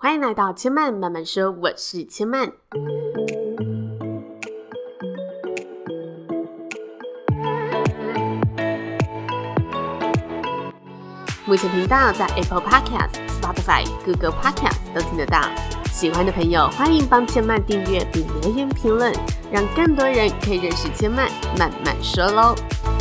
欢迎来到千曼慢慢说，我是千曼。目前频道在 Apple Podcast、Spotify、Google Podcast 都听得到。喜欢的朋友欢迎帮千曼订阅并留言评论，让更多人可以认识千曼慢慢说咯。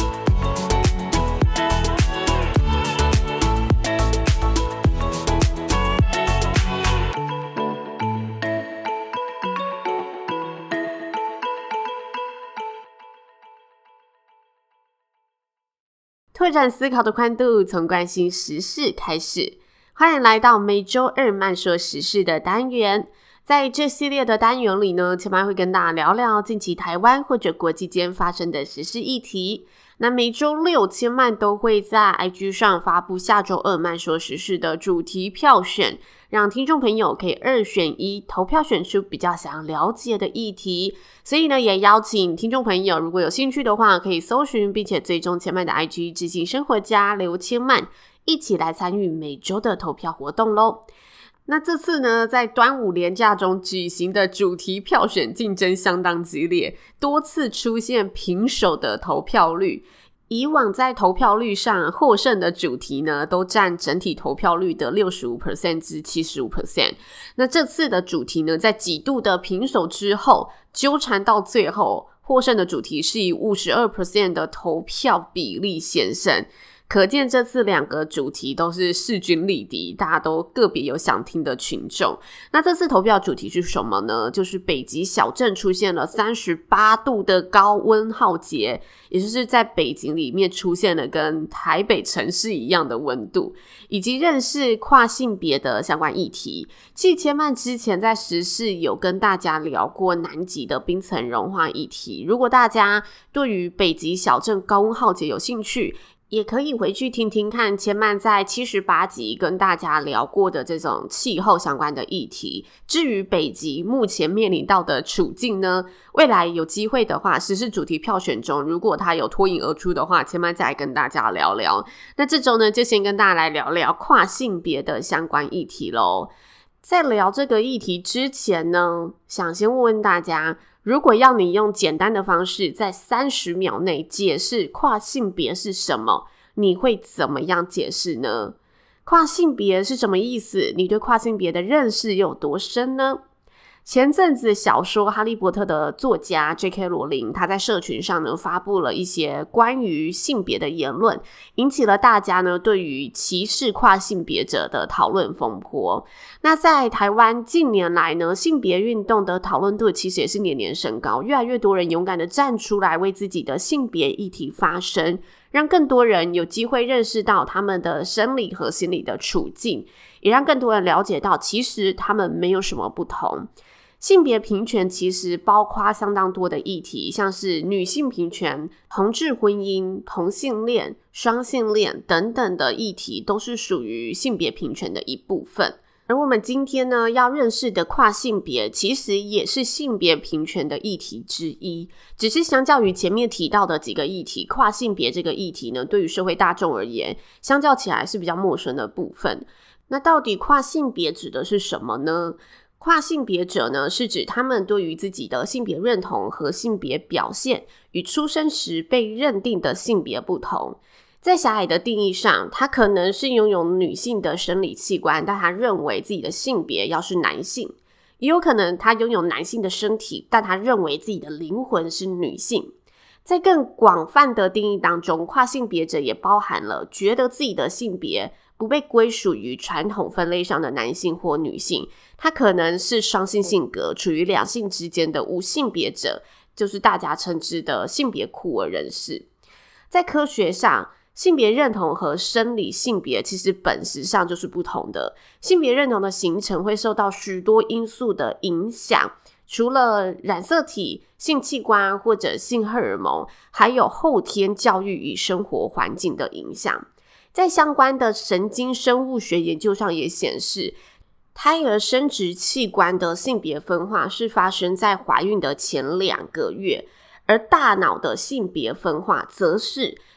拓展思考的宽度，从关心时事开始。欢迎来到每周二慢说时事的单元。在这系列的单元里呢，千曼会跟大家聊聊近期台湾或者国际间发生的时事议题。那每周六千曼都会在 IG 上发布下周二慢说时事的主题票选，让听众朋友可以2选1投票选出比较想了解的议题。所以呢，也邀请听众朋友如果有兴趣的话，可以搜寻并且追踪千曼的 IG 知性生活家刘千曼，一起来参与每周的投票活动咯。那这次呢，在端午连假中举行的主题票选竞争相当激烈，多次出现平手的投票率。以往在投票率上获胜的主题呢，都占整体投票率的 65% 至 75%。那这次的主题呢，在几度的平手之后，纠缠到最后，获胜的主题是以 52% 的投票比例险胜。可见这次两个主题都是势均力敌，大家都个别有想听的群众。那这次投票主题是什么呢？就是北极小镇出现了38度的高温浩劫，也就是在北极里面出现了跟台北城市一样的温度，以及认识跨性别的相关议题。其实千曼之前在时事有跟大家聊过南极的冰层融化议题，如果大家对于北极小镇高温浩劫有兴趣，也可以回去听听看千曼在78集跟大家聊过的这种气候相关的议题。至于北极目前面临到的处境呢，未来有机会的话，时事主题票选中如果它有脱颖而出的话，千曼再来跟大家聊聊。那这周呢，就先跟大家来聊聊跨性别的相关议题咯。在聊这个议题之前呢，想先问问大家，如果要你用简单的方式在30秒内解释跨性别是什么，你会怎么样解释呢？跨性别是什么意思？你对跨性别的认识有多深呢？前阵子小说《哈利波特》的作家 J.K. 罗琳，他在社群上呢发布了一些关于性别的言论，引起了大家呢对于歧视跨性别者的讨论风波。那在台湾近年来呢，性别运动的讨论度其实也是年年升高，越来越多人勇敢的站出来为自己的性别议题发声，让更多人有机会认识到他们的生理和心理的处境，也让更多人了解到其实他们没有什么不同。性别平权其实包括相当多的议题，像是女性平权、同志婚姻、同性恋、双性恋等等的议题，都是属于性别平权的一部分。而我们今天呢要认识的跨性别，其实也是性别平权的议题之一，只是相较于前面提到的几个议题，跨性别这个议题呢，对于社会大众而言，相较起来是比较陌生的部分。那到底跨性别指的是什么呢？跨性别者呢，是指他们对于自己的性别认同和性别表现与出生时被认定的性别不同。在狭隘的定义上，他可能是拥有女性的生理器官，但他认为自己的性别要是男性；也有可能他拥有男性的身体，但他认为自己的灵魂是女性。在更广泛的定义当中，跨性别者也包含了觉得自己的性别不被归属于传统分类上的男性或女性，他可能是双性性格，处于两性之间的无性别者，就是大家称之的性别酷儿人士。在科学上，性别认同和生理性别其实本质上就是不同的。性别认同的形成会受到许多因素的影响，除了染色体、性器官或者性荷尔蒙，还有后天教育与生活环境的影响。在相关的神经生物学研究上也显示，胎儿生殖器官的性别分化是发生在怀孕的前2个月，而大脑的性别分化则是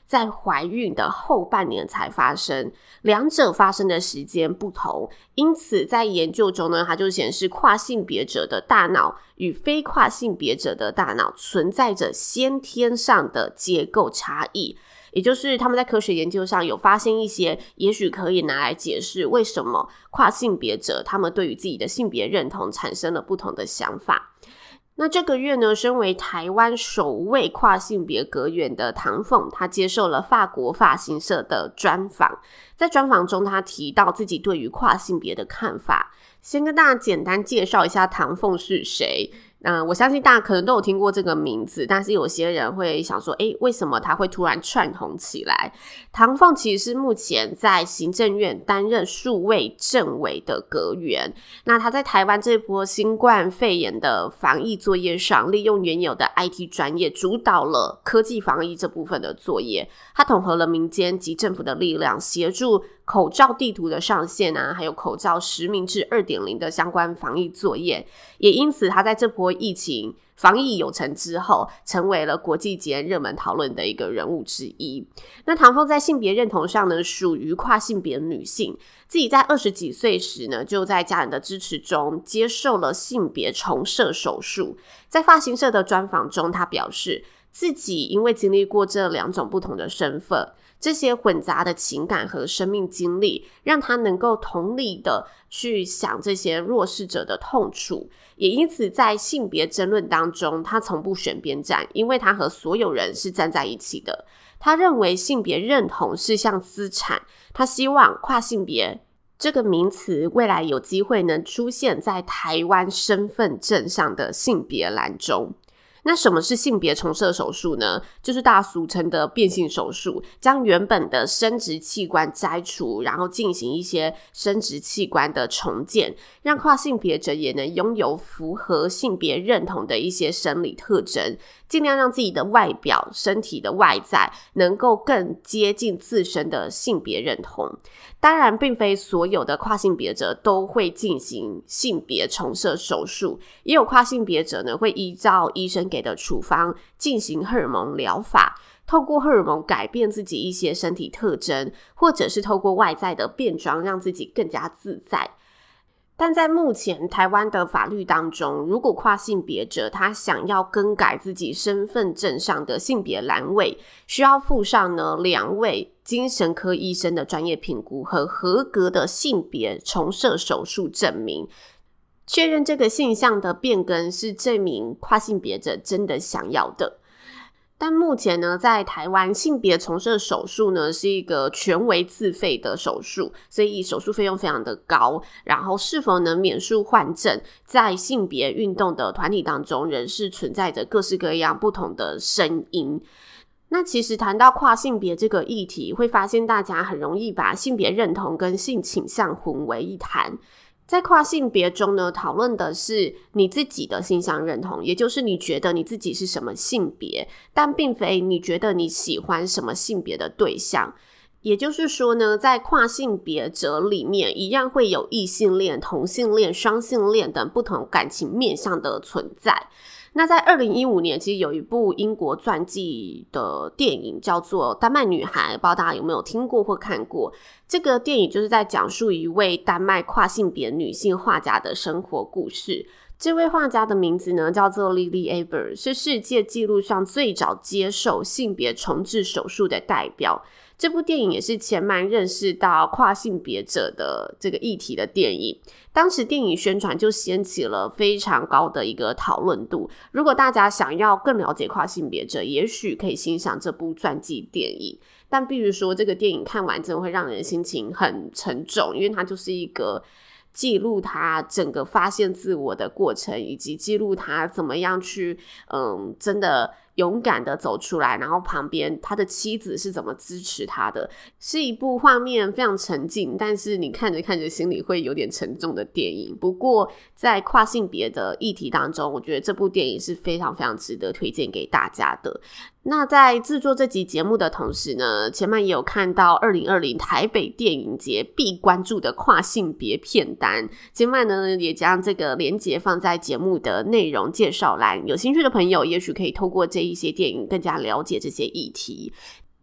在怀孕的后半年才发生，两者发生的时间不同，因此在研究中呢，它就显示跨性别者的大脑与非跨性别者的大脑存在着先天上的结构差异，也就是他们在科学研究上有发现一些也许可以拿来解释为什么跨性别者他们对于自己的性别认同产生了不同的想法。那这个月呢，身为台湾首位跨性别阁员的唐凤，她接受了法国发型社的专访。在专访中，她提到自己对于跨性别的看法。先跟大家简单介绍一下唐凤是谁。我相信大家可能都有听过这个名字，但是有些人会想说，为什么他会突然窜红起来？唐凤其实是目前在行政院担任数位政委的阁员。那他在台湾这波新冠肺炎的防疫作业上，利用原有的 IT 专业，主导了科技防疫这部分的作业。他统合了民间及政府的力量，协助口罩地图的上线啊，还有口罩实名制 2.0 的相关防疫作业。也因此他在这波疫情防疫有成之后，成为了国际间热门讨论的一个人物之一。那唐凤在性别认同上呢，属于跨性别女性，自己在20几岁时呢，就在家人的支持中接受了性别重设手术。在发型社的专访中，她表示自己因为经历过这两种不同的身份，这些混杂的情感和生命经历，让他能够同理的去想这些弱势者的痛楚。也因此在性别争论当中，他从不选边站，因为他和所有人是站在一起的。他认为性别认同是项资产，他希望跨性别这个名词未来有机会能出现在台湾身份证上的性别栏中。那什么是性别重设手术呢？就是大家俗称的变性手术，将原本的生殖器官摘除，然后进行一些生殖器官的重建，让跨性别者也能拥有符合性别认同的一些生理特征，尽量让自己的外表、身体的外在能够更接近自身的性别认同。当然，并非所有的跨性别者都会进行性别重设手术，也有跨性别者呢会依照医生给的处方进行荷尔蒙疗法，透过荷尔蒙改变自己一些身体特征，或者是透过外在的变装让自己更加自在。但在目前台湾的法律当中，如果跨性别者他想要更改自己身份证上的性别栏位，需要附上呢2位精神科医生的专业评估和合格的性别重设手术证明，确认这个性向的变更是这名跨性别者真的想要的。但目前呢，在台湾性别重设手术呢是一个全为自费的手术，所以手术费用非常的高，然后是否能免术换证，在性别运动的团体当中仍是存在着各式各样不同的声音。那其实谈到跨性别这个议题，会发现大家很容易把性别认同跟性倾向混为一谈。在跨性别中呢，讨论的是你自己的性向认同，也就是你觉得你自己是什么性别，但并非你觉得你喜欢什么性别的对象。也就是说呢，在跨性别者里面一样会有异性恋、同性恋、双性恋等不同感情面向的存在。那在2015年其实有一部英国传记的电影叫做《丹麦女孩》，不知道大家有没有听过或看过。这个电影就是在讲述一位丹麦跨性别女性画家的生活故事。这位画家的名字呢叫做 Lily Aber， 是世界纪录上最早接受性别重置手术的代表。这部电影也是前蛮认识到跨性别者的这个议题的电影，当时电影宣传就掀起了非常高的一个讨论度。如果大家想要更了解跨性别者，也许可以欣赏这部传记电影，但必须说这个电影看完真的会让人心情很沉重，因为它就是一个记录他整个发现自我的过程，以及记录他怎么样去真的勇敢的走出来，然后旁边他的妻子是怎么支持他的，是一部画面非常沉静，但是你看着看着心里会有点沉重的电影。不过在跨性别的议题当中，我觉得这部电影是非常非常值得推荐给大家的。那在制作这集节目的同时呢，前面也有看到2020台北电影节必关注的跨性别片单，前面呢也将这个连结放在节目的内容介绍栏，有兴趣的朋友也许可以透过这一些电影更加了解这些议题。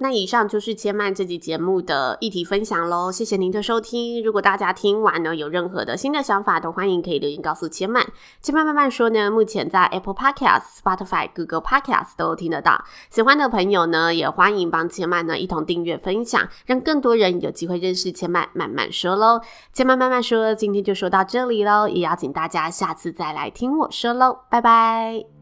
那以上就是千曼这集节目的议题分享咯，谢谢您的收听。如果大家听完呢有任何的新的想法，都欢迎可以留言告诉千曼。千曼慢慢说呢，目前在 Apple Podcast、Spotify、Google Podcast 都听得到。喜欢的朋友呢，也欢迎帮千曼呢一同订阅分享，让更多人有机会认识千曼慢慢说咯。千曼慢慢说今天就说到这里咯，也邀请大家下次再来听我说咯，拜拜。